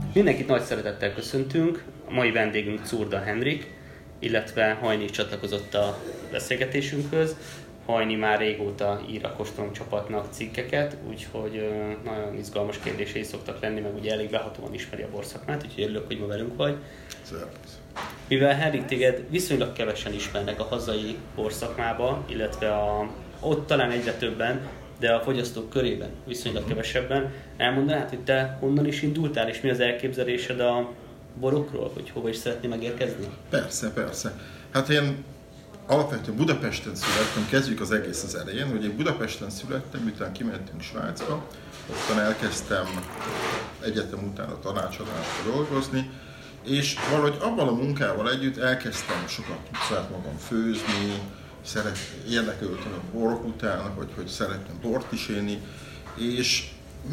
Mindenkit nagy szeretettel köszöntünk, a mai vendégünk Czurda Henrik, illetve Hajni csatlakozott a beszélgetésünkhöz. Hajni már régóta ír a Kóstolom csapatnak cikkeket, úgyhogy nagyon izgalmas kérdései szoktak lenni, meg ugye elég behatóan ismeri a borszakmát, úgyhogy örülök, hogy ma velünk vagy. Mivel Henrik, téged viszonylag kevesen ismernek a hazai borszakmába, illetve ott talán egyre többen, de a fogyasztók körében viszonylag kevesebben. Elmondanád, hogy te honnan is indultál, és mi az elképzelésed a borokról, hogy hova is szeretnél megérkezni? Persze. Hát én alapvetően Budapesten születtem, kezdjük az egész az elején, hogy én Budapesten születtem, miután kimentünk Svájcba, ottan elkezdtem egyetem után a tanácsadásra dolgozni, és valahogy abban a munkával együtt elkezdtem sokat saját magam főzni, érdekelődtem a borok után, hogy szerettem bort is élni, és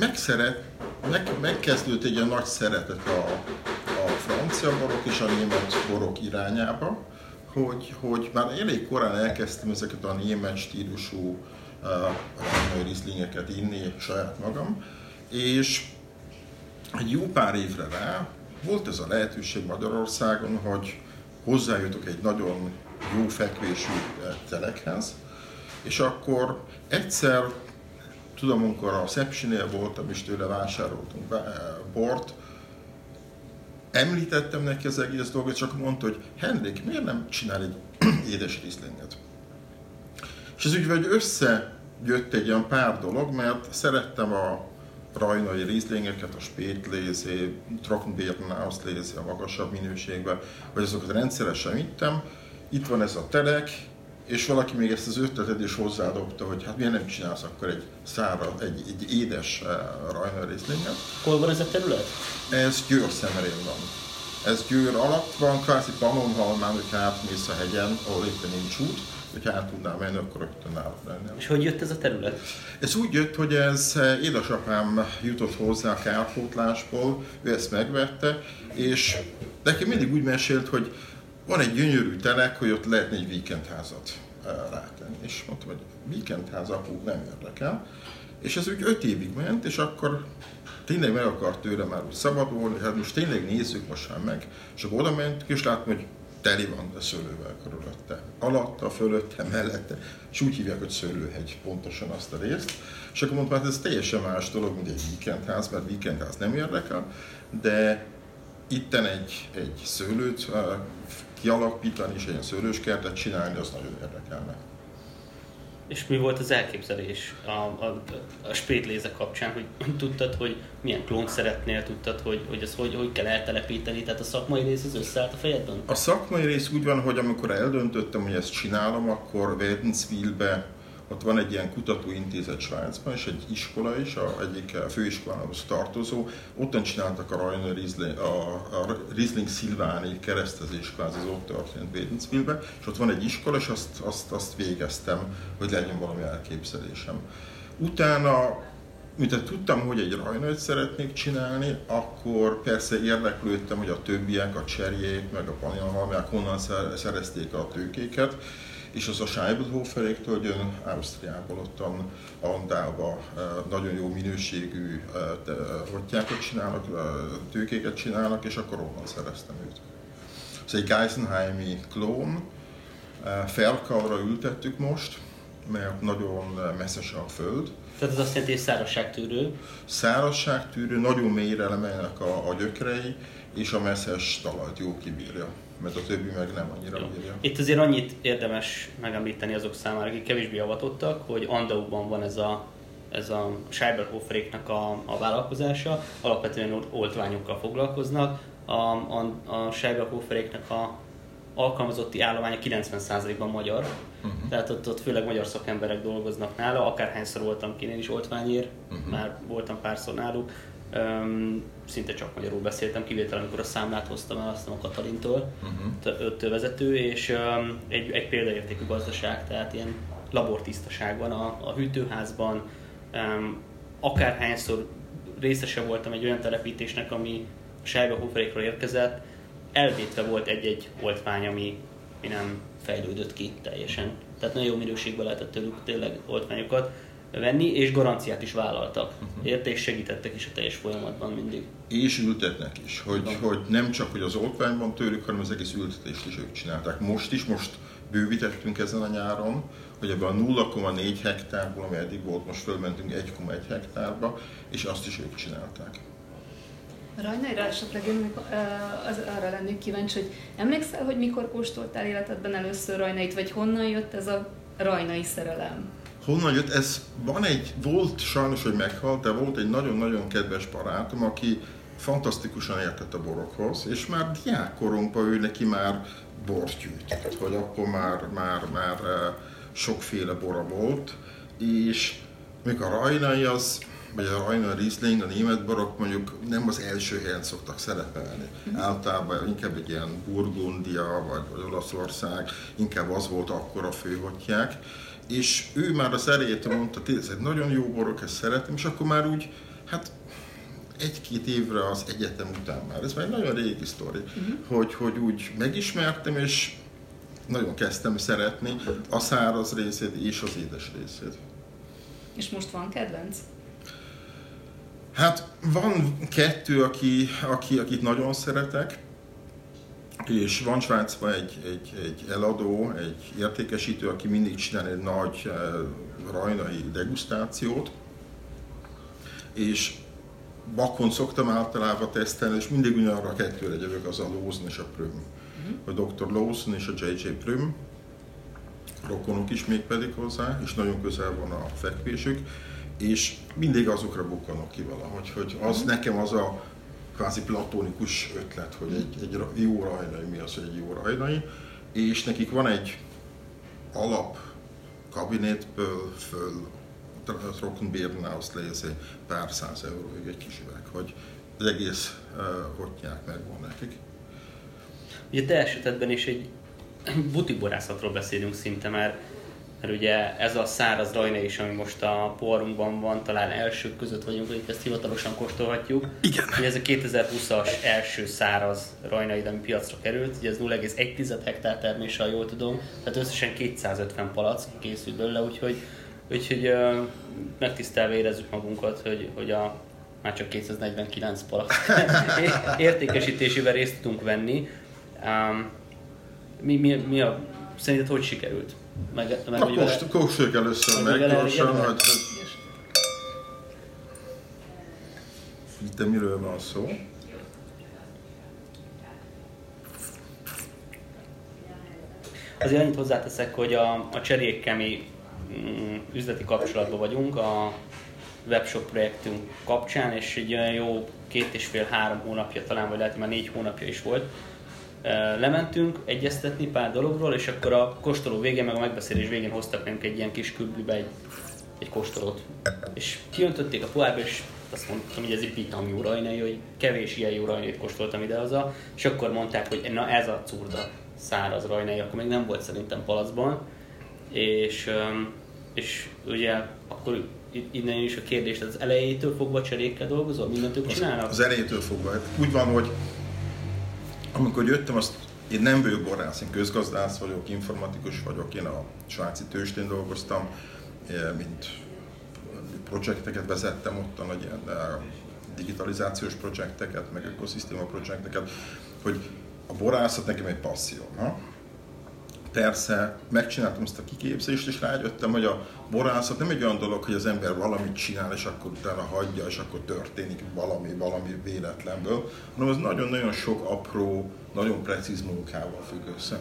megkezdődött egy ilyen nagy szeretet a francia borok és a német borok irányába, hogy már elég korán elkezdtem ezeket a német stílusú Rheinheim-Rieslingeket inni saját magam, és egy jó pár évre rá volt ez a lehetőség Magyarországon, hogy hozzájutok egy nagyon jó fekvésű telekhez, és akkor egyszer, tudom, amikor a Szepsinél voltam, és tőle vásároltunk bort, említettem neki az egész dolgot, csak mondta, hogy Henrik, miért nem csinál egy édes Rieslinget? És ez úgy, hogy összejött egy ilyen pár dolog, mert szerettem a rajnai Rieslingeket, a Spätlese, Trockenbeeren Auslese, a magasabb minőségben, vagy azokat rendszeresen ittem. Itt van ez a telek, és valaki még ezt az ötletet is hozzádobta, hogy hát miért nem csinálsz akkor egy édes rajnai Rieslinget. Hol van ez a terület? Ez Győr-Szemerén van. Ez Győr alatt van, kvázi Pannonhalmán, hogyha átmész a hegyen, ahol éppen nincs út, hogyha át tudnál menni, akkor rögtön nálad lenni. És hogy jött ez a terület? Ez úgy jött, hogy édesapám jutott hozzá a kárpótlásból, ő ezt megvette, és nekem mindig úgy mesélt, hogy van egy gyönyörű telek, hogy ott lehetne egy víkendházat rátenni. És mondtam, hogy víkendház, apuk, nem érdekel. És ez úgy 5 évig ment, és akkor tényleg meg akart tőle már úgy szabadulni, hát most tényleg nézzük most már meg. És akkor oda mentünk, és láttam, hogy teli van a szőlővel körülötte. Alatta, fölötte, mellette. És úgy hívják, hogy szőlőhegy, pontosan azt a részt. És akkor mondtam, hát ez teljesen más dolog, mint egy víkendház, mert víkendház nem érdekel, de itten egy szőlőt kialakítani és egy szőlőskertet csinálni, az nagyon érdekelne. És mi volt az elképzelés a Spätlese kapcsán, hogy tudtad, hogy milyen klónt szeretnél, tudtad, hogy ezt hogy kell eltelepíteni, tehát a szakmai rész az összeállt a fejedben? A szakmai rész úgy van, hogy amikor eldöntöttem, hogy ezt csinálom, akkor Wädenswilbe, ott van egy ilyen kutatóintézet Svájcban, és egy iskola is, egyik főiskolához tartozó. Ottan csináltak a Riesling Szilváni keresztezés, kvázi az ott történt Wädenswilbe, és ott van egy iskola, és azt végeztem, hogy legyen valami elképzelésem. Utána, miután tudtam, hogy egy rajnait szeretnék csinálni, akkor persze érdeklődtem, hogy a többiek, a cserjék, meg a Pannonhalmiák honnan szerezték a tőkéket, és az a Scheibelhoferéktől jön Ausztriából, ottan Andálba nagyon jó minőségű rottyákat csinálnak, tőkéket csinálnak, és akkor onnan szereztem őt. Ez egy Geisenheimi klón, Ferkalra ültettük most, mert nagyon messzes a föld. Tehát ez azt jelenti, hogy szárazságtűrő? Szárazságtűrő, nagyon mélyre lemennek a gyökerei, és a messzes talajt jó kibírja, mert a többi meg nem annyira bírja. Itt azért annyit érdemes megemlíteni azok számára, akik kevésbé avatottak, hogy Andauban van ez a Scheibelhoferéknek a vállalkozása, alapvetően oltványokkal foglalkoznak. A Scheibelhoferéknek a alkalmazotti állománya 90%-ban magyar, tehát ott főleg magyar szakemberek dolgoznak nála, akárhányszor voltam ki, én is oltványért, már voltam párszor náluk, szinte csak magyarul beszéltem, kivétel amikor a számlát hoztam el, aztán a Katalintól, öttől vezető, és egy példaértékű gazdaság, tehát ilyen labortisztaság van a hűtőházban, akárhányszor részese voltam egy olyan telepítésnek, ami a Scheibelhoferékről érkezett, elvétve volt egy-egy oltvány, ami nem fejlődött ki teljesen. Tehát nagyon jó minőségben lehetett tőlük tényleg oltványokat venni, és garanciát is vállaltak. Érte és segítettek is a teljes folyamatban mindig. És ültetnek is, hogy nem csak hogy az oltványban tőlük, hanem az egész ültetést is ők csinálták. Most bővítettünk ezen a nyáron, hogy ebben a 0,4 hektárból, ami eddig volt, most fölmentünk 1,1 hektárba, és azt is ők csinálták. A Rajnaira esetleg én arra lennék kíváncsi, hogy emlékszel, hogy mikor kóstoltál életedben először rajnait, vagy honnan jött ez a rajnai szerelem? Honnan jött? Volt sajnos, hogy meghalt, de volt egy nagyon-nagyon kedves barátom, aki fantasztikusan értett a borokhoz, és már diákkorunkban ő neki már bort gyűjtött, hogy akkor már sokféle bora volt, és mondjuk a rajnai vagy a Rajna Riesling, a német borok mondjuk nem az első helyen szoktak szerepelni. Általában inkább egy ilyen Burgundia vagy Olaszország, inkább az volt akkor a főhotják. És ő már az elejétől mondta, hogy ez egy nagyon jó borok, ezt szeretem, és akkor már úgy, hát 1-2 évre az egyetem után már, ez már egy nagyon régi sztori, hogy úgy megismertem, és nagyon kezdtem szeretni a száraz részét és az édes részét. És most van kedvenc? Hát van 2, akit nagyon szeretek, és van Svájcban egy eladó, egy értékesítő, aki mindig csinál egy nagy rajnai degustációt, és bakon szoktam általában tesztelni, és mindig ugyanarra a 2-re jövök, az a Lawson és a Prüm. A Dr. Lawson és a J.J. Prüm, rokonok is még pedig hozzá, és nagyon közel van a fekvésük, és mindig azokra bukkanok ki valahogy, hogy az nekem az a kvázi platonikus ötlet, hogy egy jó rajnai, mi az, hogy egy jó rajnai, és nekik van egy alap kabinetből föl, Trockenbeeren auslese, pár 100 euróig egy kis üveg, hogy az egész hotják megvan nekik. Ugye te esetedben is egy butiborászatról beszélünk szinte, mert ugye ez a száraz rajna is, ami most a porunkban van, talán elsők között vagyunk, hogy ezt hivatalosan kóstolhatjuk. Igen. Ugye ez a 2020-as első száraz rajnaid, ami piacra került, ugye ez 0,1 hektár termés, ha jól tudom, tehát összesen 250 palack készült belőle, úgyhogy megtisztelve érezzük magunkat, hogy már csak 249 palack értékesítésével részt tudunk venni. Szerinted hogy sikerült? Kóstoljuk először meg gyorsan, hogy itt miről van szó. Azért annyit hozzáteszek, hogy a cserékkel mi üzleti kapcsolatban vagyunk a webshop projektünk kapcsán, és egy olyan jó 2,5-3 hónapja talán, vagy lehet, már 4 hónapja is volt. Lementünk egyeztetni pár dologról, és akkor a kóstoló végén, meg a megbeszélés végén hoztak nekünk egy ilyen kis kübblibe egy kóstolót. És kiöntötték a pohárba, és azt mondtam, hogy ez egy pitam jó rajnai, hogy kevés ilyen jó rajnait kóstoltam idehaza, és akkor mondták, hogy na ez a curda száraz rajnai, akkor még nem volt szerintem palacban, és ugye akkor innen is a kérdés, az elejétől fogva cserékkel dolgozol? Mindent ők csinálnak? Az elejétől fogva. Úgy van, hogy amikor jöttem, én nem vagyok borász, én közgazdász vagyok, informatikus vagyok, én a svájci tőzsdén dolgoztam, mint projekteket vezettem ottan, nagy ilyen digitalizációs projekteket, meg ökoszisztéma projekteket, hogy a borászat nekem egy passzió. Persze megcsináltam ezt a kiképzést, és rájöttem, hogy a borászat nem egy olyan dolog, hogy az ember valamit csinál, és akkor utána hagyja, és akkor történik valami véletlenből, hanem az nagyon-nagyon sok apró, nagyon precíz munkával függ össze.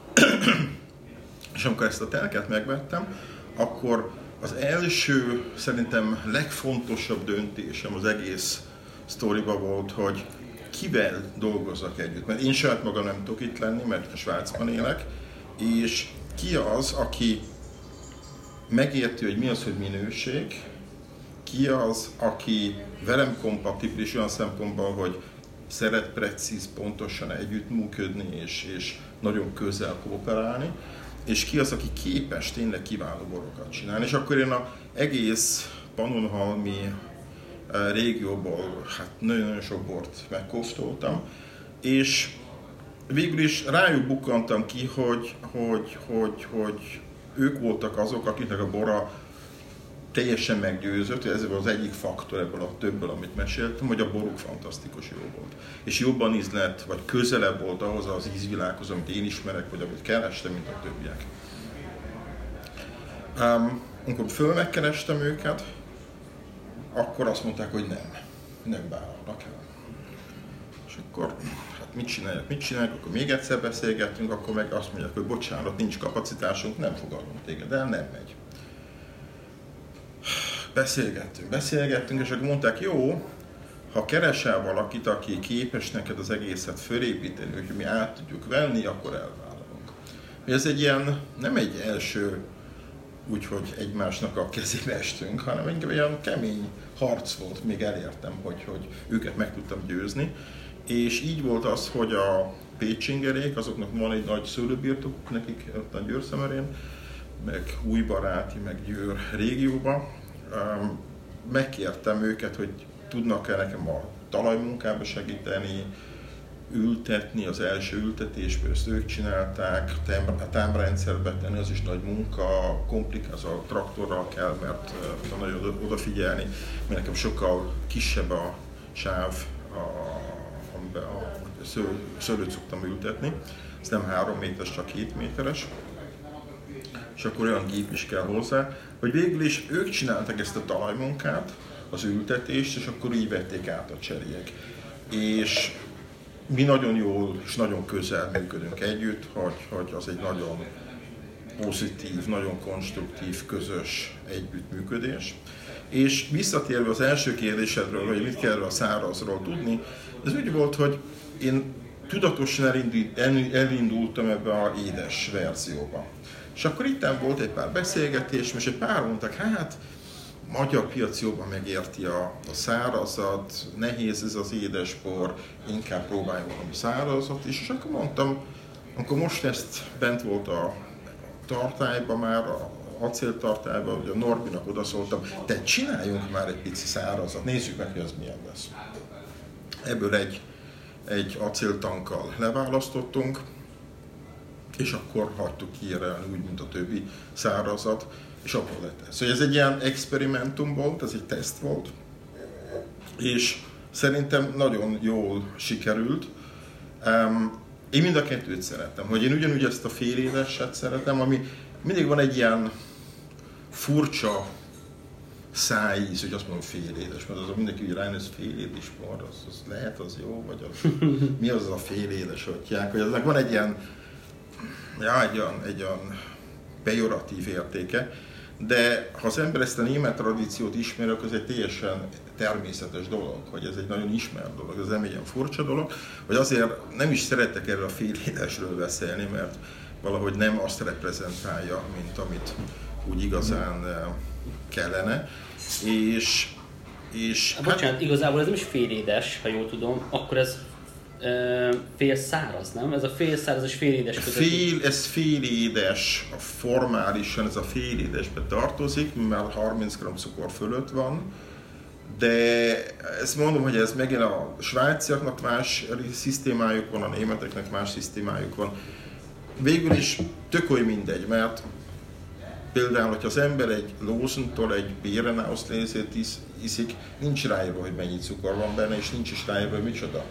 És amikor ezt a telket megvettem, akkor az első, szerintem legfontosabb döntésem az egész sztoriba volt, hogy kivel dolgozzak együtt. Mert én saját magam nem tudok itt lenni, mert a Svájcban élek, és ki az, aki megérti, hogy mi az, hogy minőség, ki az, aki velem kompatibilis olyan szempontból, hogy szeret precíz, pontosan együttműködni és nagyon közel kooperálni, és ki az, aki képes tényleg kiváló borokat csinálni. És akkor én az egész pannonhalmi régióból hát nagyon sok bort megkóstoltam, és végül is rájuk bukkantam ki, hogy ők voltak azok, akiknek a bora teljesen meggyőzött, ez az egyik faktor ebből a többből, amit meséltem, hogy a boruk fantasztikus jó volt. És jobban ízlett, vagy közelebb volt ahhoz az ízvilághoz, amit én ismerek, vagy amit kerestem, mint a többiek. Amikor fölmegkerestem őket, akkor azt mondták, hogy nem vállalnak el. És akkor, hát mit csinálják, akkor még egyszer beszélgettünk, akkor meg azt mondják, hogy bocsánat, nincs kapacitásunk, nem fogadunk téged el, nem megy. Beszélgettünk, és akkor mondták, jó, ha keresel valakit, aki képes neked az egészet fölépíteni, hogy mi át tudjuk venni, akkor elvállalunk. Ez egy ilyen, nem egy első, úgyhogy egymásnak a kezébe estünk, hanem egy olyan kemény harc volt, még elértem, hogy őket meg tudtam győzni. És így volt az, hogy a pécsingerék, azoknak van egy nagy szőlőbirtokuk nekik ott a Győr-Szemerén, meg Újbaráti, meg Győr régióban. Megkértem őket, hogy tudnak-e nekem a talajmunkába segíteni, ültetni, az első ültetésből ezt ők csinálták, a támrendszert betenni, az is nagy munka, az a traktorral kell, mert nagyon odafigyelni, mert nekem sokkal kisebb a sáv, amiben a szőlőt szoktam ültetni. Ez nem 3 méteres, csak 2 méteres. És akkor olyan gép is kell hozzá, hogy végül is ők csináltak ezt a talajmunkát, az ültetést, és akkor így vették át a cserék. És mi nagyon jól és nagyon közel működünk együtt, hogy az egy nagyon pozitív, nagyon konstruktív, közös együttműködés. És visszatérve az első kérdésedről, hogy mit kell a szárazról tudni, ez úgy volt, hogy én tudatosan elindultam ebbe az édes verzióba. És akkor itt volt egy pár beszélgetés, és egy pár mondtak, hát magyar piac jobban megérti a szárazat, nehéz ez az édesbor, inkább próbálj valami szárazat is. És akkor mondtam, akkor most ezt bent volt a tartályban már, a acéltartályban, hogy a Norbinak odaszóltam, te csináljunk már egy pici szárazat, nézzük meg, hogy az milyen lesz. Ebből egy acéltankkal leválasztottunk, és akkor hagytuk kiérelni úgy, mint a többi szárazat, és abból lett ez. Szóval ez egy ilyen experimentum volt, ez egy teszt volt, és szerintem nagyon jól sikerült. Én mind a kettőt szeretem, hogy én ugyanúgy ezt a félédeset szeretem, ami mindig van egy ilyen furcsa szájíz, hogy azt mondom félédes, mert az a mindenki úgy rájön, ez félédes bor, az lehet, az jó, vagy az, mi az a félédes atyák, hogy aznak van egy ilyen, egy olyan pejoratív értéke, de ha az ember ezt a német tradíciót ismeri, akkor ez egy teljesen természetes dolog, hogy ez egy nagyon ismert dolog, ez nem egy ilyen furcsa dolog, hogy azért nem is szeretek erről a félédesről beszélni, mert valahogy nem azt reprezentálja, mint amit úgy igazán kellene. És bocsánat, igazából ez nem is félédes, ha jól tudom, akkor ez fél száraz, nem? Ez a fél száraz és félédes között. Ez félédes, formálisan ez a félédesbe tartozik, mert 30 g cukor fölött van, de ezt mondom, hogy ez megint a svájciaknak más szisztémájuk van, a németeknek más szisztémájuk van. Végül is tök olyan mindegy, mert például, hogyha az ember egy Lawsontól egy Beerenauslese-t iszik, nincs ráírva, hogy mennyi cukor van benne, és nincs is ráírva, hogy micsoda.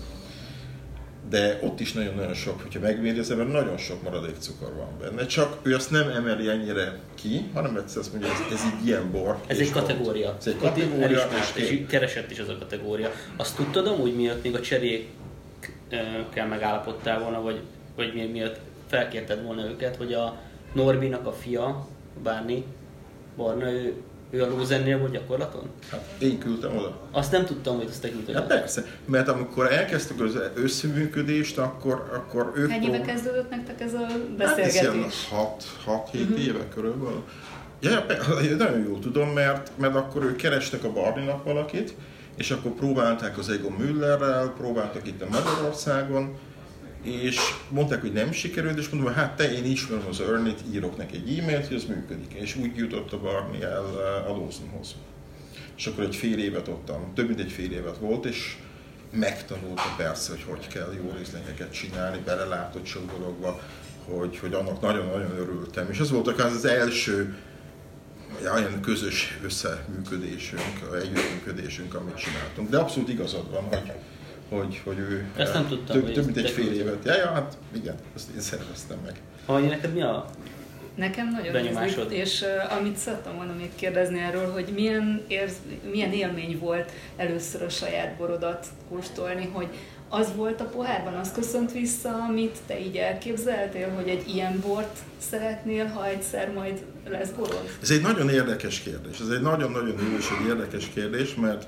De ott is nagyon-nagyon sok, hogyha megméri az ember, nagyon sok maradék cukor van benne. Csak ő azt nem emeli ennyire ki, hanem egyszer azt mondja, ez így ilyen bor. Ez egy kategória. Ez egy kategória. És keresett is az a kategória. Azt tudtad amúgy, miatt még a cserékkel megállapodtál volna, vagy miatt felkérted volna őket, hogy a Norbinak a fia, Bárni, Barna, ő a Lózennél volt gyakorlaton? Hát én küldtem oda. Azt nem tudtam, hogy azt te küldted. Hát persze, mert amikor elkezdtük az összeműködést, akkor ők... Hány éve kezdődött nektek ez a beszélgetés? Hát 6-7 éve körülbelül. Ja, nagyon jól tudom, mert akkor ők kerestek a Barninak valakit, és akkor próbálták az Egon Müllerrel, próbáltak itt a Magyarországon, és mondták, hogy nem sikerült, és mondom, hát én ismerem az Ernie-t, írok neki egy e-mailt, hogy ez működik. És úgy jutott a Barni el a Lawsonhoz. És akkor egy fél évet ottan, több mint egy fél évet volt, és megtanulta persze, hogy kell jó részlegeket csinálni, belelátott sok dologba, hogy annak nagyon-nagyon örültem. És ez volt akár az első olyan közös összeműködésünk, együttműködésünk, amit csináltunk. De abszolút igazad van, hogy ő ezt nem tudtam, több mint egy fél évet. Ja, hát igen, azt én szerveztem meg. Hogy neked mi a Nekem nagyon ízlik, és amit szerettem volna még kérdezni erről, hogy milyen élmény volt először a saját borodat kóstolni, hogy az volt a pohárban, az köszönt vissza, amit te így elképzeltél, hogy egy ilyen bort szeretnél, ha egyszer majd lesz borod? Ez egy nagyon érdekes kérdés. Ez egy nagyon-nagyon érdekes kérdés, mert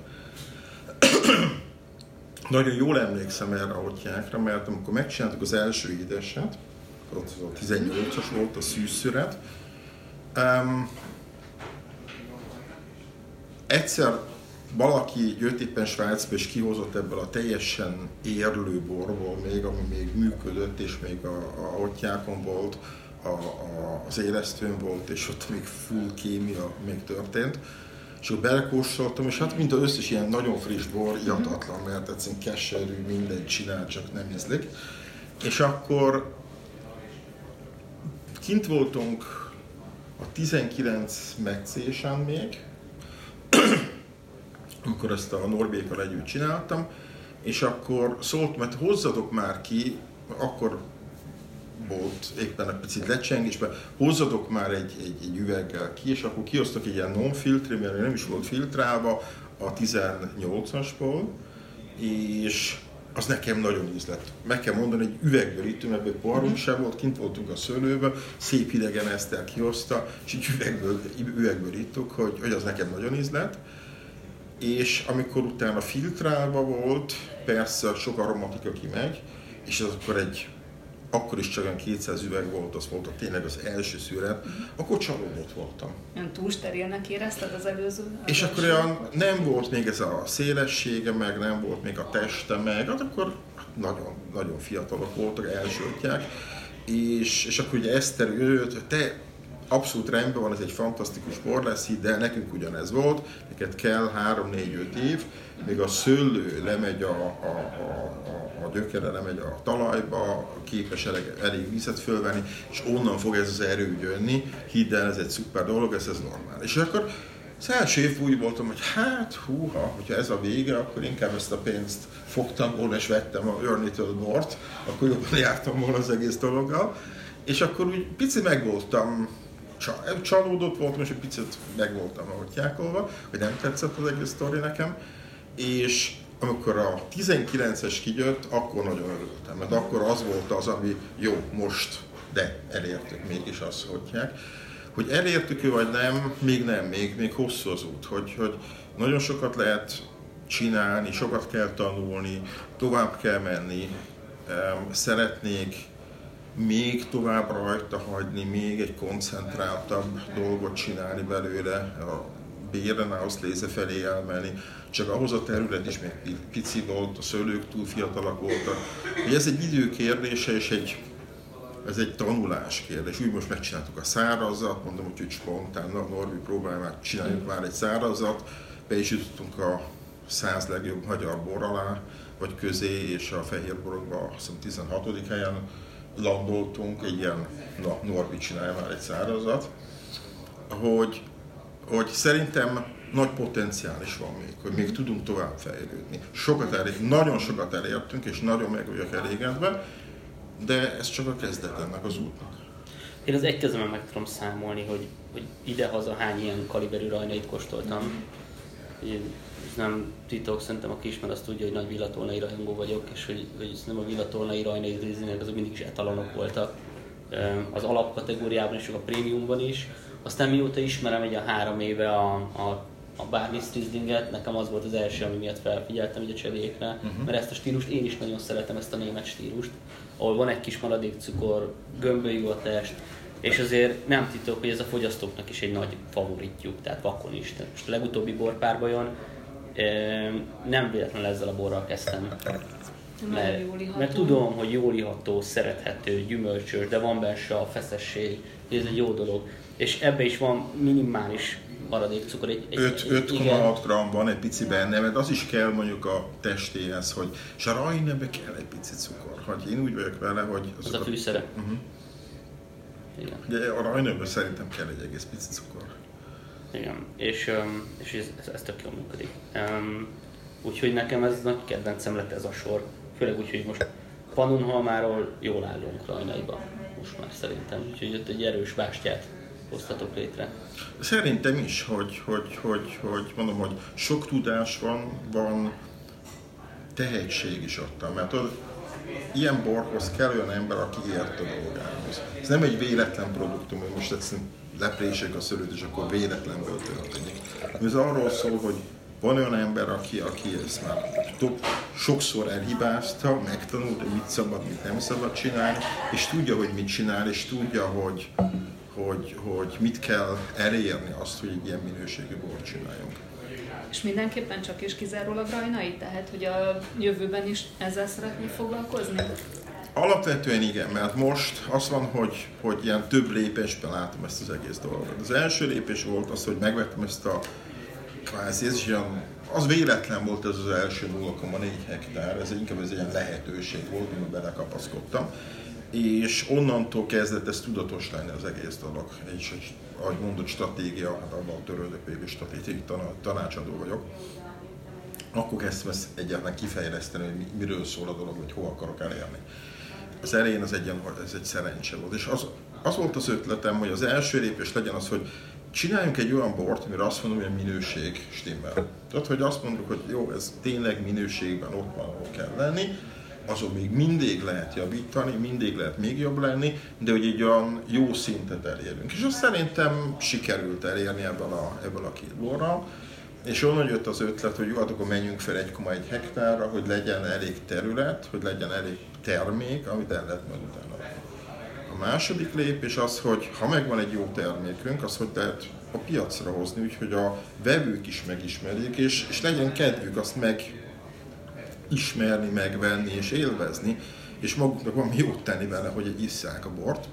nagyon jól emlékszem erre a hotjákra, mert amikor megcsináltuk az első édeset, ott a 18-as volt a szűzszüret, egyszer valaki jött éppen Svájcba és kihozott ebből a teljesen érlő borból még, ami még működött, és még a hotjákon volt, az élesztőn volt, és ott még full kémia még történt. És akkor belekóstoltam, és hát mint az összes ilyen nagyon friss bor, ihatatlan, mert egyszerűen keserű, mindent csinál, csak nem ízlik. És akkor kint voltunk a 19 megcésen még, amikor ezt a Norbékkal együtt csináltam, és akkor szólt, mert hozzatok már ki, akkor volt éppen egy picit lecsengésben, hozzatok már egy üveggel ki, és akkor kihoztak egy ilyen non-filtri, mert nem is volt filtrálva a 18-asból, és az nekem nagyon ízlett. Meg kell mondani, hogy üvegből ittunk, ebből poharunk sem volt, kint voltunk a szőlőben, szép hidegen Eszter kihozta, és így üvegből ittuk, hogy az nekem nagyon ízlett. És amikor utána filtrálva volt, persze sok aromatika kimegy, és az akkor is csak olyan 200 üveg volt, az volt tényleg az első szüret, akkor csalódott voltam. Olyan túl sterilnek érezted az előző? És akkor olyan nem volt még ez a szélessége, meg nem volt még a teste, meg, hát akkor nagyon, nagyon fiatalok voltak, elsőtják, és akkor ugye Eszter te abszolút rendben van, ez egy fantasztikus bor lesz, de nekünk ugyanez volt, neked kell 3-4-5 év, még a szőlő lemegy a gyökere lemegy a talajba, képes elég vizet fölvenni, és onnan fog ez az erő jönni, hidd el, ez egy szuper dolog, ez normális. És akkor az első év úgy voltam, hogy hogyha ez a vége, akkor inkább ezt a pénzt fogtam volna, és vettem a Early-től North, akkor jobban jártam volna az egész dologgal. És akkor úgy picit megvoltam, csalódott voltam, és egy picit megvoltam a hotjákolva, hogy nem tetszett az egész sztori nekem. És amikor a 19-es kijött, akkor nagyon örültem, mert akkor az volt az, ami jó, most, de elértük mégis azt, hogy elértük vagy nem, még hosszú az út, hogy nagyon sokat lehet csinálni, sokat kell tanulni, tovább kell menni, szeretnék még tovább rajta hagyni, még egy koncentráltabb dolgot csinálni belőle, a Beerenauslese felé elmenni, csak ahhoz a terület is még pici volt, a szőlők túl fiatalak voltak. Ez egy idő kérdése, és ez egy tanulás kérdés. Úgy most megcsináltuk a szárazat, mondom, hogy spontán, Norbi, próbálj már, csináljuk már egy szárazat, be is jutottunk a 100 legjobb magyar bor alá, vagy közé, és a fehér borokban azt hiszem 16. helyen landoltunk, egy ilyen, Norbi csinálja már egy szárazat, hogy szerintem nagy potenciál is van még, hogy még tudunk tovább fejlődni. Nagyon sokat elértünk, és nagyon meg vagyok elégedve, de ez csak a kezdet ennek az útnak. Én az egy kezemben meg tudom számolni, hogy ide-haza hány ilyen kaliberű rajnait kóstoltam. Ez nem titok, szerintem aki ismer, azt tudja, hogy nagy villatolnai rajongó vagyok, és hogy nem a villatolnai rajnai rízinek azok mindig is etalonok voltak. Az alapkategóriában és a prémiumban is. Aztán mióta ismerem egy a 3 éve a Barnis Rieslinget, nekem az volt az első, ami miatt felfigyeltem így a csevékre, mert ezt a stílust én is nagyon szeretem, ezt a német stílust, ahol van egy kis maradék cukor, gömbölyű a test, és azért nem titok, hogy ez a fogyasztóknak is egy nagy favoritjuk, tehát vakon is. Tehát most a legutóbbi borpárbajon nem véletlenül ezzel a borral kezdtem. Mert tudom, hogy jól iható, szerethető, gyümölcsös, de van benne a feszesség, ez egy jó dolog. És ebbe is van minimális maradék cukor. 5,6 g van egy pici benne, mert az is kell mondjuk a testéhez, hogy és a rajnebe kell egy pici cukor. Hogy én úgy vagyok vele, hogy... Az a fűszere. Igen. De a rajnebe szerintem kell egy egész pici cukor. Igen, és ez tök jól működik. Úgyhogy nekem ez nagy kedvencem lett ez a sor. Főleg úgy, hogy most Pannonhalmáról jól állunk Rajnaiba. Most már szerintem. Úgyhogy ott egy erős bástyát hoztatok létre. Szerintem is, hogy mondom, hogy sok tudás van tehetség is ott. Mert ilyen borhoz kell olyan ember, aki ért a dolgához. Ez nem egy véletlen produktum, hogy most egyszerűen leprések a szőlőt, és akkor véletlenből történik. Ez arról szól, hogy van olyan ember, aki ezt már sokszor elhibázta, megtanult, hogy mit szabad, mit nem szabad csinálni, és tudja, hogy mit csinál, és tudja, hogy mit kell elérni azt, hogy egy ilyen minőségű bort csináljunk. És mindenképpen csak és kizárólag rajnai? Tehát, hogy a jövőben is ezzel szeretnél foglalkozni? Alapvetően igen, mert most az van, hogy ilyen több lépésben látom ezt az egész dolgot. Az első lépés volt az, hogy megvettem ezt a kvázi, ez is olyan, az véletlen volt ez az első 0,4 hektár, ez inkább egy ilyen lehetőség volt, amiben belekapaszkodtam. És onnantól kezdett ez tudatos lenni az egész dolog. És ahogy mondott, stratégia, hát abban törődök végül, stratégiai tanácsadó vagyok. Akkor kezdtem ezt egyáltalán kifejleszteni, hogy miről szól a dolog, vagy hol akarok elérni. Az elején ez egy szerencse volt. És az volt az ötletem, hogy az első lépés legyen az, hogy csináljunk egy olyan bort, amire azt mondom, hogy a minőség stimmel. Tehát, hogy azt mondjuk, hogy jó, ez tényleg minőségben ott van, ahol kell lenni, azon még mindig lehet javítani, mindig lehet még jobb lenni, de hogy egy olyan jó szintet elérünk. És azt szerintem sikerült elérni ebből a két borral. És onnan jött az ötlet, hogy jó, hát akkor menjünk fel 1,1 hektárra, hogy legyen elég terület, hogy legyen elég termék, amit el lehet majd utána adni. A második lépés az, hogy ha megvan egy jó termékünk, az hogy lehet a piacra hozni, úgyhogy a vevők is megismerjék, és legyen kedvük azt megismerni, megvenni és élvezni, és maguknak valami jót tenni vele, hogy isszák a bort.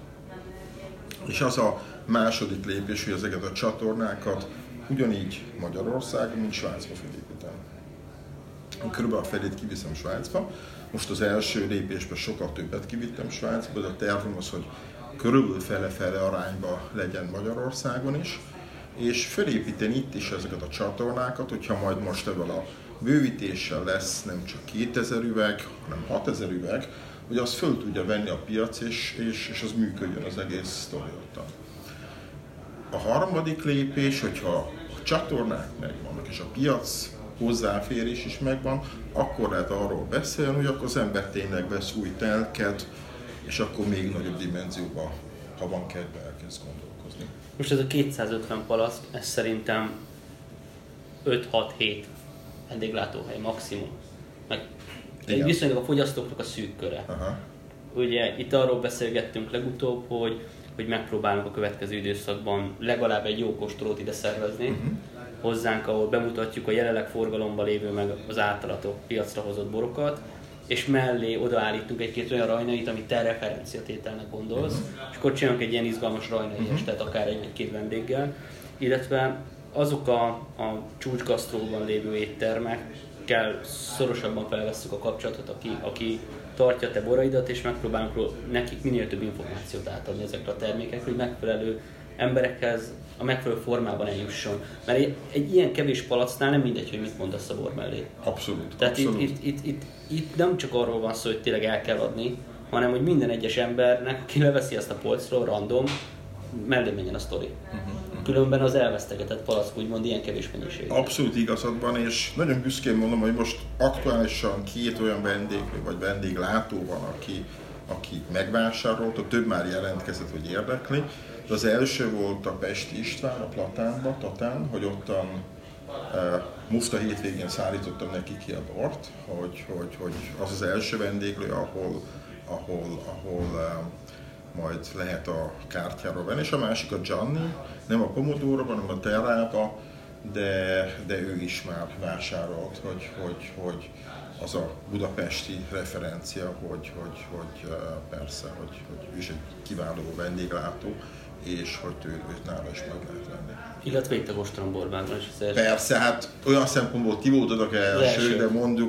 És az a második lépés, hogy ezeket a csatornákat ugyanígy Magyarországon, mint Svájcba felépítem. Körülbelül a felét kiviszem Svájcba. Most az első lépésben sokkal többet kivittem Svájcba, de a tervem az, hogy körülbelül fele-fele arányba legyen Magyarországon is, és felépíteni itt is ezeket a csatornákat, hogyha majd most ebből a bővítéssel lesz nem csak 2000 üveg, hanem 6000 üveg, hogy az föl tudja venni a piac, és az működjön az egész sztorióta. A harmadik lépés, hogyha a csatornák megvannak, és a piac hozzáférés is megvan, akkor lehet arról beszélni, hogy akkor az ember tényleg vesz új telket, és akkor még nagyobb dimenzióba, ha van kedve, elkezd gondolkozni. Most ez a 250 palack, ez szerintem 5-6-7 vendéglátóhely maximum. Meg viszonylag a fogyasztóknak a szűk köre. Aha. Ugye itt arról beszélgettünk legutóbb, hogy megpróbálunk a következő időszakban legalább egy jó kóstolót ide szervezni hozzánk, ahol bemutatjuk a jelenleg forgalomban lévő meg az általatok piacra hozott borokat, és mellé odaállítunk egy-két olyan rajnait, amit te referenciatételnek gondolsz, és akkor csinálunk egy ilyen izgalmas rajnai estet, akár egy-két vendéggel, illetve azok a csúcsgasztróban lévő éttermekkel szorosabban felvesszük a kapcsolatot, aki tartja te boraidat, és megpróbálunk nekik minél több információt átadni ezekre a termékekre, hogy megfelelő emberekhez a megfelelő formában eljusson. Mert egy ilyen kevés palacnál nem mindegy, hogy mit mondasz a bor mellé. Abszolút. Tehát abszolút. Itt nem csak arról van szó, hogy tényleg el kell adni, hanem hogy minden egyes embernek, aki leveszi ezt a polcról, random, mellé menjen a sztori. Különben az elvesztegetett palack úgymond ilyen kevés mennyiség. Abszolút igazad van, és nagyon büszkén mondom, hogy most aktuálisan 2 olyan vendéglő vagy vendéglátó van, aki megvásárolta, több már jelentkezett, hogy érdekli. De az első volt a Pesti István, a Platánba, Tatán, hogy ottan most a hétvégén szállítottam neki ki a bort, hogy az az első vendéglő, ahol majd lehet a kártyáról venni, és a másik a Gianni, nem a Pomodoro-ban, hanem a Terrába, de ő is már vásárolt, hogy az a budapesti referencia, hogy persze, hogy ő is egy kiváló vendéglátó, és hogy őt nála is meg lehet venni. Illetve itt a Ostrom Borbágban is. Persze, hát olyan szempontból ti voltatok első, de mondjuk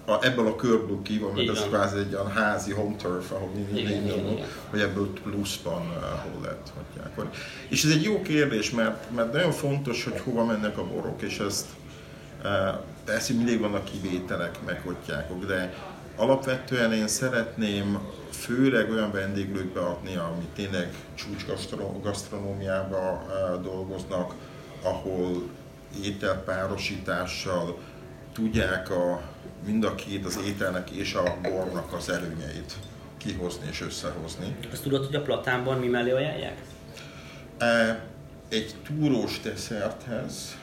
ebből a körből ki van, mert ez kvázi egy olyan házi home turf, ahol minden, hogy ebből pluszban hol lehet hagyják. És ez egy jó kérdés, mert nagyon fontos, hogy hova mennek a borok, és ezt persze mindig vannak kivételek, meghagyják, de alapvetően én szeretném főleg olyan vendéglőkbe adni, ami tényleg csúcsgasztronómiában dolgoznak, ahol ételpárosítással tudják mind a két, az ételnek és a bornak az előnyeit kihozni és összehozni. Azt tudod, hogy a platánban mi mellé ajánlják? Egy túrós desszerthez,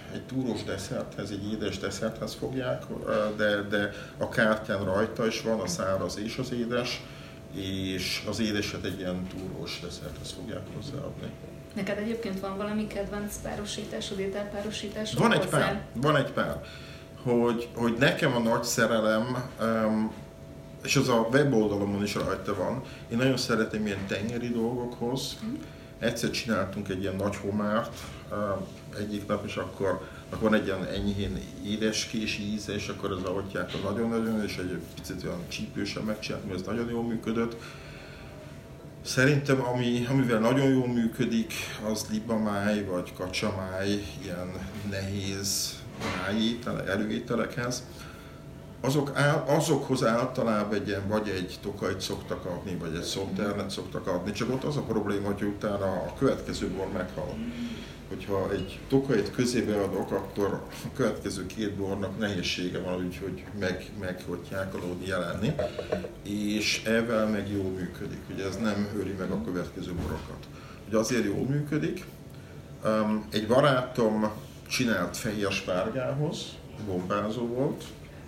egy édes desszerthez fogják, de a kártyán rajta is van a száraz és az édes, és az édeset egy ilyen túrós desszerthez fogják hozzáadni. Neked egyébként van valami kedvenc párosításod, ételpárosításod? Van egy pár. Hogy nekem a nagy szerelem, és az a weboldalomon is rajta van, én nagyon szeretem ilyen tengeri dolgokhoz. Egyszer csináltunk egy ilyen nagy homárt egyik nap, és akkor van egy ilyen enyhén édeskés íze, és akkor ez ahogyják a nagyon-nagyon, és egy picit olyan csípősen megcsináltunk, ez nagyon jól működött. Szerintem, amivel nagyon jól működik, az libamáj vagy kacsamáj, ilyen nehéz előételekhez. Azokhoz általában vagy egy tokajt szoktak adni, vagy egy szonternet szoktak adni, csak ott az a probléma, hogy utána a következő bor meghal. Hogyha egy tokajt közébe adok, akkor a következő két bornak nehézsége van, úgyhogy meghagyják aludni jelenni, és ezzel meg jól működik, ugye ez nem öli meg a következő borokat. Ugye azért jól működik. Egy barátom csinált fehér spárgához, bombázó volt,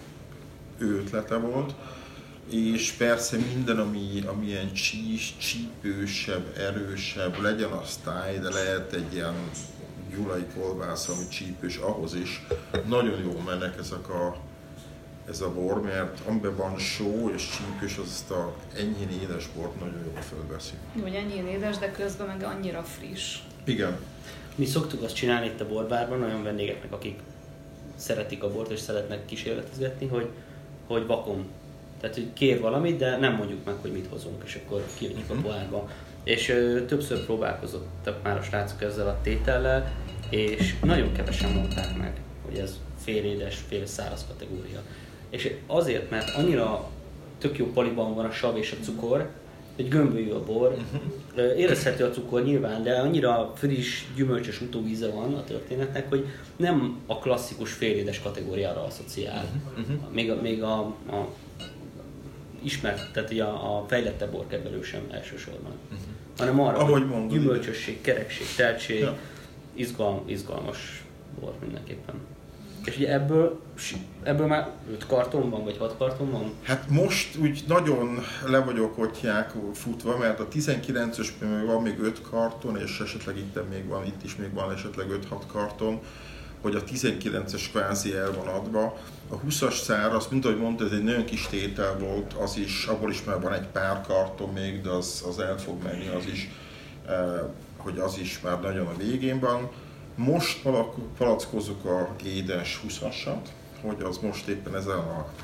ő ötlete volt, és persze minden, ami ilyen csípősebb, erősebb, legyen az táj, de lehet egy ilyen gyulai kolbász, ami csípős, ahhoz is nagyon jól mennek ez a bor, mert amiben van só és csípős, az azt a enyhén édes bort nagyon jól fölveszi. Hogy enyhén édes, de közben meg annyira friss. Igen. Mi szoktuk azt csinálni itt a borbárban olyan vendégeknek, akik szeretik a bort és szeretnek kísérletezgetni, hogy vakon. Tehát, hogy kér valamit, de nem mondjuk meg, hogy mit hozunk, és akkor kijönjük a pohárba. És többször próbálkozottak már a srácok ezzel a tétellel, és nagyon kevesen mondták meg, hogy ez félédes, fél száraz kategória. És azért, mert annyira tök jó paliban van a sav és a cukor, hogy gömbölyű a bor, érezhető a cukor nyilván, de annyira friss, gyümölcsös utóíze van a történetnek, hogy nem a klasszikus félédes kategóriára asszociál. Még a ismert, tehát a fejlettebb borkedvelő sem elsősorban. Hanem arra, hogy gyümölcsösség, kerekség, teltség, izgalmas bor mindenképpen. És ugye ebből már 5 karton van, vagy 6 karton van? Hát most úgy nagyon le vagyok ottják futva, mert a 19-ösben van még 5 karton, és esetleg itt is még van esetleg 5-6 karton, hogy a 19-es kvázi el van adva. A 20-as száraz, mint ahogy mondta, ez egy nagyon kis tétel volt, abból is már van egy pár karton még, de az el fog menni, hogy az is már nagyon a végén van. Most palackozzuk a édes 20-asat, hogy az most éppen ezen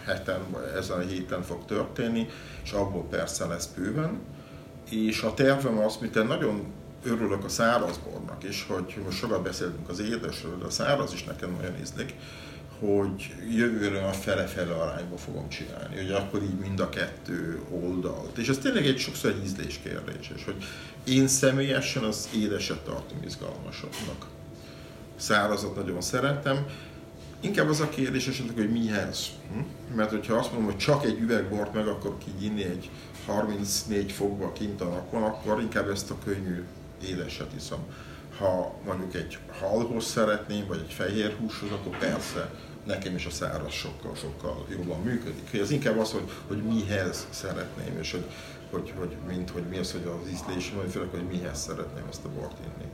a héten fog történni, és abból persze lesz bőven. És a tervem az, mint én nagyon örülök a szárazbornak is, hogy most sokat beszéltünk az édesről, de a száraz is nekem nagyon ízlik, hogy jövőre a fele-fele arányba fogom csinálni, hogy akkor így mind a kettő oldalt. És ez tényleg egy sokszor egy ízlés kérdés, és hogy én személyesen az édeset tartom izgalmasabbnak. Szárazat nagyon szeretem. Inkább az a kérdés esetleg, hogy mihez. Mert hogyha azt mondom, hogy csak egy üvegbort meg akarok így inni egy 34 fokba kint a napon, akkor inkább ezt a könnyű édeset iszom. Ha mondjuk egy halhoz szeretném, vagy egy fehér húshoz, akkor persze nekem is a száraz sokkal jobban működik. Ez inkább az, hogy mihez szeretném, és hogy mi az, hogy az ízlés, vagy főleg, hogy mihez szeretném ezt a bort inni.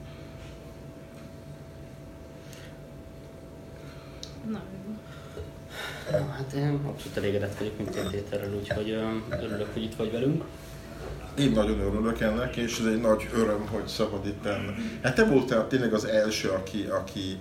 Hát én abszolút elégedett vagyok mindkét ételről, úgyhogy örülök, hogy itt vagy velünk. Én nagyon örülök ennek, és ez egy nagy öröm, hogy szabad itt. Hát te voltál tényleg az első,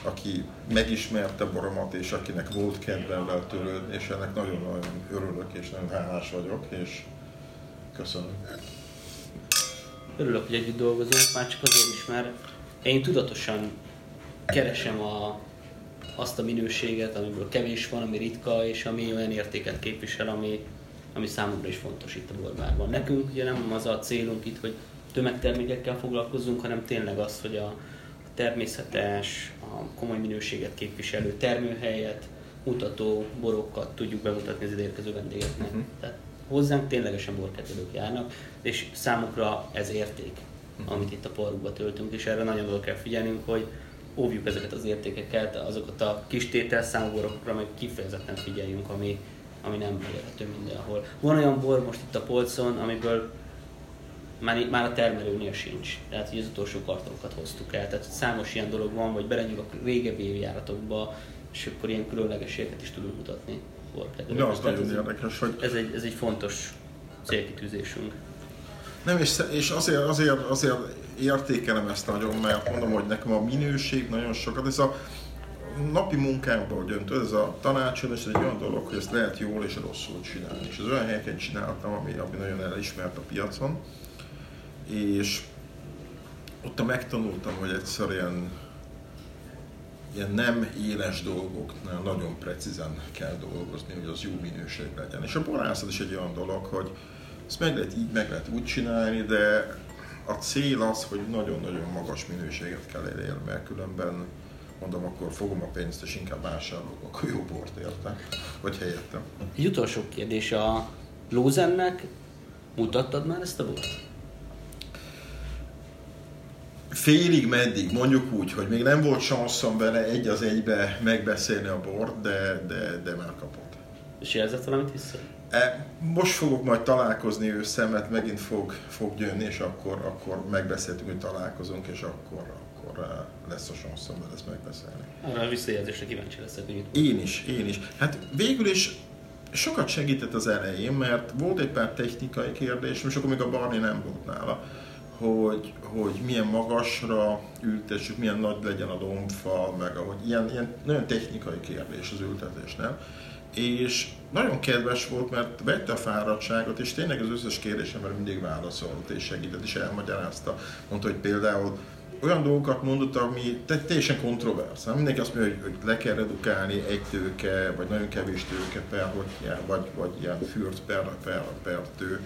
aki megismerte boromat, és akinek volt kedvemvel törődni, és ennek nagyon-nagyon örülök, és nagyon hálás vagyok, és köszönöm. Örülök, hogy együtt dolgozunk, már csak azért is, mert én tudatosan keresem azt a minőséget, amiből kevés van, ami ritka, és ami olyan értéket képvisel, ami számomra is fontos itt a borbárban. Nekünk ugye nem az a célunk itt, hogy tömegtermékekkel foglalkozzunk, hanem tényleg az, hogy a természetes, a komoly minőséget képviselő termőhelyet, mutató borokat tudjuk bemutatni az ideérkező vendégeknek. Tehát hozzánk ténylegesen borkedvelők járnak, és számukra ez érték, amit itt a parkba töltünk, és erre nagyon oda kell figyelnünk, hogy óvjuk ezeket az értékeket, azokat a kis tételszámú borokra meg kifejezetten figyeljünk, ami nem elérhető mindenhol. Van olyan bor most itt a polcon, amiből már a termelőnél sincs, tehát hogy az utolsó kartonokat hoztuk el, tehát számos ilyen dolog van, vagy belenyúlok régebbi évjáratokba, és akkor ilyen különlegességeket is tudunk mutatni. De az nagyon érdekes, hogy... Ez egy fontos célkitűzésünk. Nem, és azért értékelem ezt nagyon, mert mondom, hogy nekem a minőség nagyon sokat, ez a napi munkámban döntő, ez a tanácsadás, ez egy olyan dolog, hogy ezt lehet jól és rosszul csinálni. És az olyan helyeken csináltam, ami nagyon elismert a piacon, és ott megtanultam, hogy egyszerűen ilyen nem éles dolgoknál nagyon precízen kell dolgozni, hogy az jó minőség legyen. És a borászat is egy olyan dolog, hogy ezt meg lehet így, meg lehet úgy csinálni, de a cél az, hogy nagyon-nagyon magas minőséget kell elérni, mert különben mondom, akkor fogom a pénzt, és inkább vásárolok, akkor jó bort érte, vagy helyettem. Egy utolsó kérdés, a Lózennek mutattad már ezt a bort? Félig meddig, mondjuk úgy, hogy még nem volt sanszom vele egy az egybe megbeszélni a bort, de már kapott. És érzett valamit vissza? Most fogok majd találkozni ősszel, mert megint fog jönni, és akkor megbeszéltünk, hogy találkozunk, és akkor lesz a sanszom vele ezt megbeszélni. Arra a visszajelzésre kíváncsi leszek. Én is. Hát végül is sokat segített az elején, mert volt egy pár technikai kérdés, és akkor még a Barni nem volt nála, hogy milyen magasra ültessük, milyen nagy legyen a dombfal, meg ahogy ilyen nagyon technikai kérdés az ültetésnél. És nagyon kedves volt, mert vette a fáradtságot, és tényleg az összes kérdésemre mindig válaszolt, és segített, és elmagyarázta. Mondta, hogy például olyan dolgokat mondott, ami teljesen kontroversz. Mindenki azt mondja, hogy le kell redukálni egy tőke, vagy nagyon kevés tőke per, vagy ilyen fürt per tő,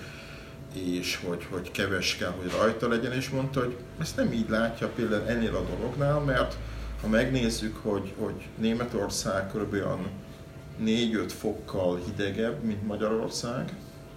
és hogy keves kell, hogy rajta legyen, és mondta, hogy ezt nem így látja például ennél a dolognál, mert ha megnézzük, hogy Németország kb. 4-5 fokkal hidegebb, mint Magyarország,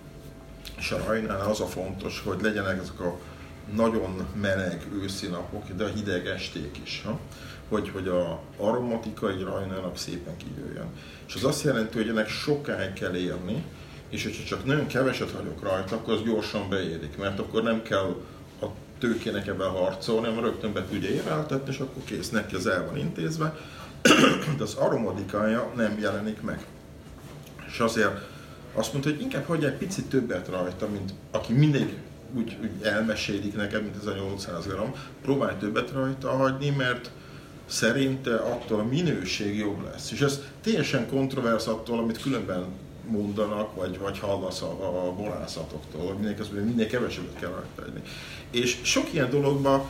és a Rajnán az a fontos, hogy legyenek ezek a nagyon meleg őszi napok, de a hideg esték is, hogy a aromatikai Rajnának szépen kijöjjön. És az azt jelenti, hogy ennek sokáig kell érni, és hogyha csak nagyon keveset hagyok rajta, akkor az gyorsan beérik, mert akkor nem kell a tőkének ebben harcolni, hanem rögtön be tudja éreltetni, és akkor kész, neki az el van intézve, de az aromatikája nem jelenik meg. És azért azt mondta, hogy inkább hagyj egy picit többet rajta, mint aki mindig úgy elmesélik neked, mint ez a 800 g, próbálj többet rajta hagyni, mert szerinte attól a minőség jobb lesz. És ez teljesen kontroversz attól, amit különben mondanak, vagy hallasz a borászatoktól, hogy mindenki azt mondja, hogy minél kevesebbet kell rajta hagyni. És sok ilyen dologban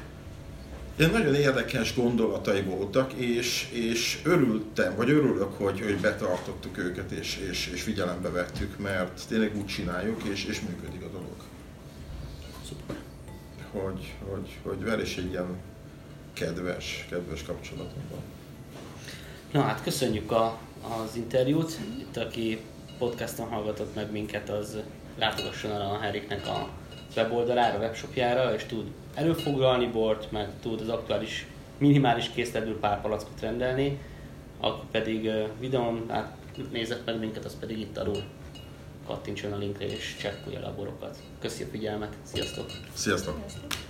nagyon érdekes gondolatai voltak, és örülök, hogy betartottuk őket, és figyelembe vettük, mert tényleg úgy csináljuk, és működik a dolog. Szuper. Hogy vele is egy ilyen kedves kapcsolatunk van. Na hát köszönjük az interjút. Itt aki podcaston hallgatott meg minket, az látogasson el a Henriknek a weboldalára, webshopjára, és tud előfoglalni bort, meg tud az aktuális minimális készletből pár palackot rendelni. Aki pedig videón nézett meg minket, az pedig itt alul kattintson a linkre és csekkolja le a borokat. Köszi a figyelmet, sziasztok! Sziasztok!